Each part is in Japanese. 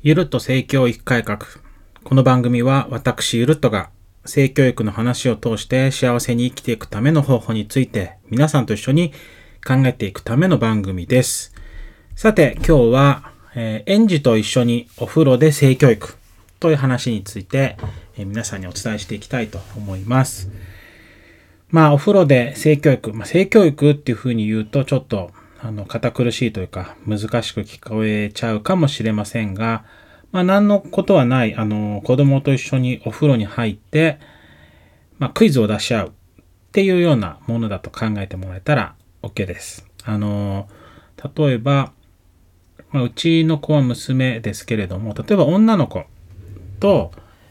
ゆるっと性教育改革。この番組は私ゆるっとが性教育の話を通して幸せに生きていくための方法について皆さんと一緒に考えていくための番組です。さて今日は、園児と一緒にお風呂で性教育という話について、皆さんにお伝えしていきたいと思います。お風呂で性教育、性教育っていうふうに言うとちょっと堅苦しいというか難しく聞こえちゃうかもしれませんが、何のことはない、子供と一緒にお風呂に入って、クイズを出し合うっていうようなものだと考えてもらえたら OK です。例えば、うちの子は娘ですけれども、例えば女の子と、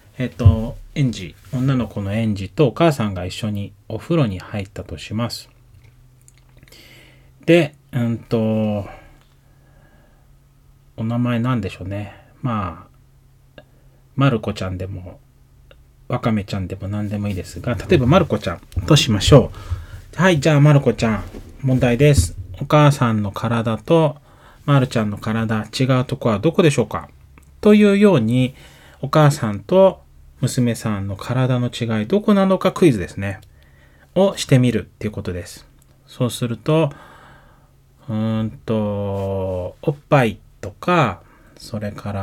女の子の園児とお母さんが一緒にお風呂に入ったとします。で、お名前なんでしょうね。まる子ちゃんでも、わかめちゃんでも何でもいいですが、例えばまる子ちゃんとしましょう。はい、じゃあまる子ちゃん、問題です。お母さんの体とまるちゃんの体、違うところはどこでしょうか？というように、お母さんと娘さんの体の違い、どこなのかクイズですね。をしてみるっていうことです。そうすると、おっぱいとか、それから、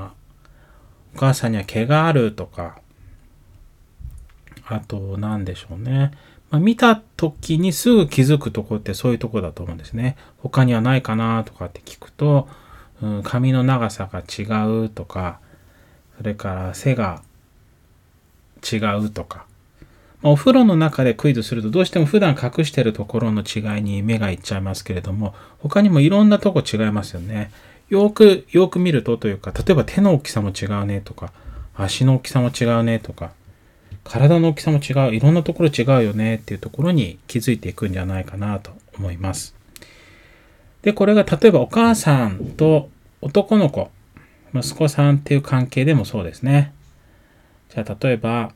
お母さんには毛があるとか、あと、なんでしょうね。見た時にすぐ気づくところってそういうところだと思うんですね。他にはないかなとかって聞くと、髪の長さが違うとか、それから背が違うとか。お風呂の中でクイズするとどうしても普段隠しているところの違いに目がいっちゃいますけれども、他にもいろんなとこ違いますよね。よく見るとというか、例えば手の大きさも違うねとか、足の大きさも違うねとか、体の大きさも違う、いろんなところ違うよねっていうところに気づいていくんじゃないかなと思います。で、これが例えばお母さんと男の子、息子さんっていう関係でもそうですね。じゃあ例えば、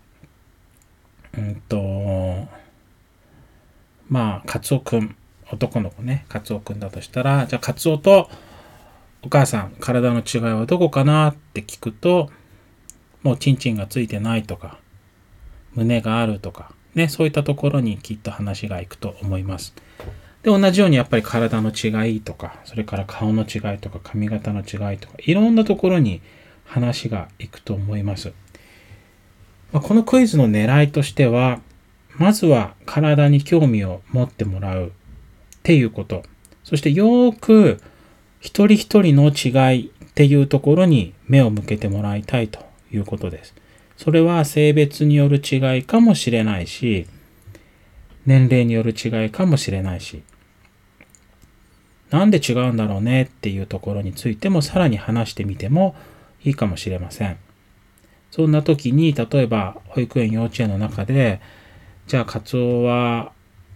カツオくん、男の子ね、カツオくんだとしたら、じゃあカツオとお母さん、体の違いはどこかなって聞くと、もうチンチンがついてないとか、胸があるとか、ね、そういったところにきっと話がいくと思います。で、同じようにやっぱり体の違いとか、それから顔の違いとか、髪型の違いとか、いろんなところに話がいくと思います。このクイズの狙いとしては、まずは体に興味を持ってもらうっていうこと。そしてよーく一人一人の違いっていうところに目を向けてもらいたいということです。それは性別による違いかもしれないし、年齢による違いかもしれないし、なんで違うんだろうねっていうところについてもさらに話してみてもいいかもしれません。そんな時に、例えば保育園幼稚園の中で、じゃあカツオは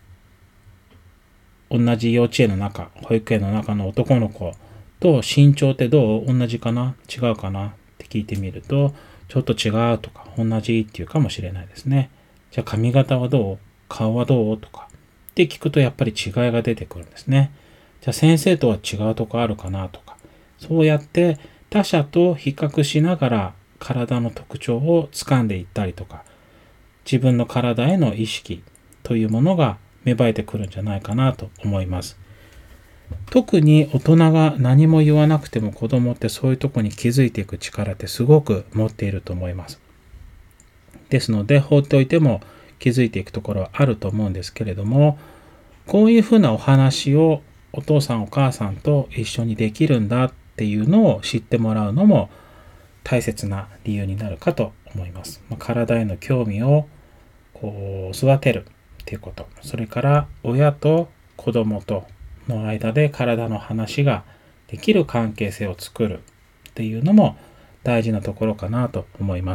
同じ幼稚園の中、保育園の中の男の子と身長ってどう？同じかな？違うかな？って聞いてみると、ちょっと違うとか同じっていうかもしれないですね。じゃあ髪型はどう？顔はどう？とかって聞くとやっぱり違いが出てくるんですね。じゃあ先生とは違うとこあるかなとか、そうやって他者と比較しながら体の特徴を掴んでいったりとか、自分の体への意識というものが芽生えてくるんじゃないかなと思います。特に大人が何も言わなくても子供ってそういうとこに気づいていく力ってすごく持っていると思います。ですので放っておいても気づいていくところはあると思うんですけれども、こういうふうなお話をお父さんお母さんと一緒にできるんだっていうのを知ってもらうのも大切な理由になるかと思います。体への興味を育てるっていうこと、それから親と子供との間で体の話ができる関係性を作るっていうのも大事なところかなと思います。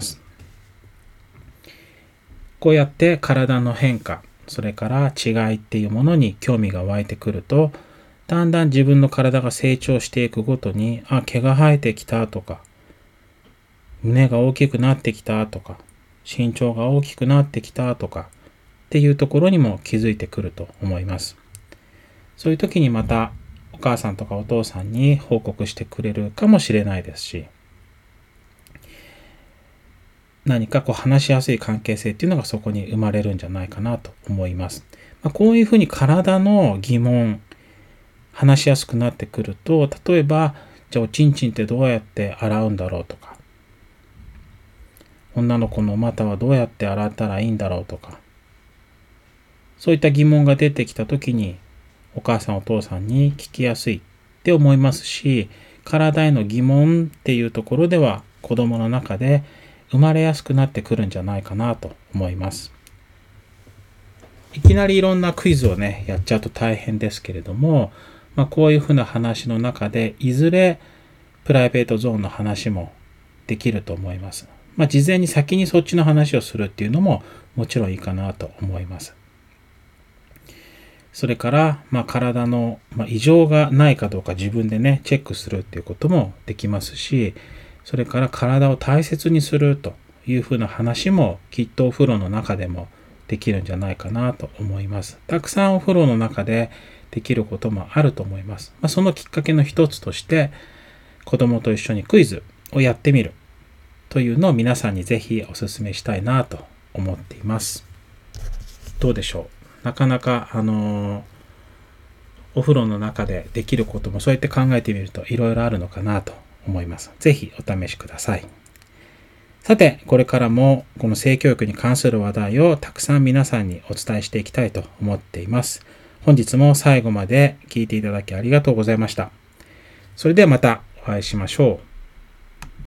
こうやって体の変化、それから違いっていうものに興味が湧いてくると、だんだん自分の体が成長していくごとに、毛が生えてきたとか、胸が大きくなってきたとか、身長が大きくなってきたとかっていうところにも気づいてくると思います。そういう時にまたお母さんとかお父さんに報告してくれるかもしれないですし、 何か話しやすい関係性っていうのがそこに生まれるんじゃないかなと思います。こういうふうに体の疑問、話しやすくなってくると、例えば、じゃあおちんちんってどうやって洗うんだろうとか、女の子の股はどうやって洗ったらいいんだろうとか、そういった疑問が出てきたときに、お母さんお父さんに聞きやすいって思いますし、体への疑問っていうところでは子供の中で生まれやすくなってくるんじゃないかなと思います。いきなりいろんなクイズをね、やっちゃうと大変ですけれども、こういうふうな話の中で、いずれプライベートゾーンの話もできると思います。事前に先にそっちの話をするっていうのももちろんいいかなと思います。それから、体の異常がないかどうか自分でね、チェックするっていうこともできますし、それから体を大切にするというふうな話もきっとお風呂の中でもできるんじゃないかなと思います。たくさんお風呂の中でできることもあると思います。そのきっかけの一つとして、子供と一緒にクイズをやってみるというのを皆さんにぜひお勧めしたいなと思っています。どうでしょう。なかなかお風呂の中でできることもそうやって考えてみるといろいろあるのかなと思います。ぜひお試しください。さて、これからもこの性教育に関する話題をたくさん皆さんにお伝えしていきたいと思っています。本日も最後まで聞いていただきありがとうございました。それではまたお会いしましょう。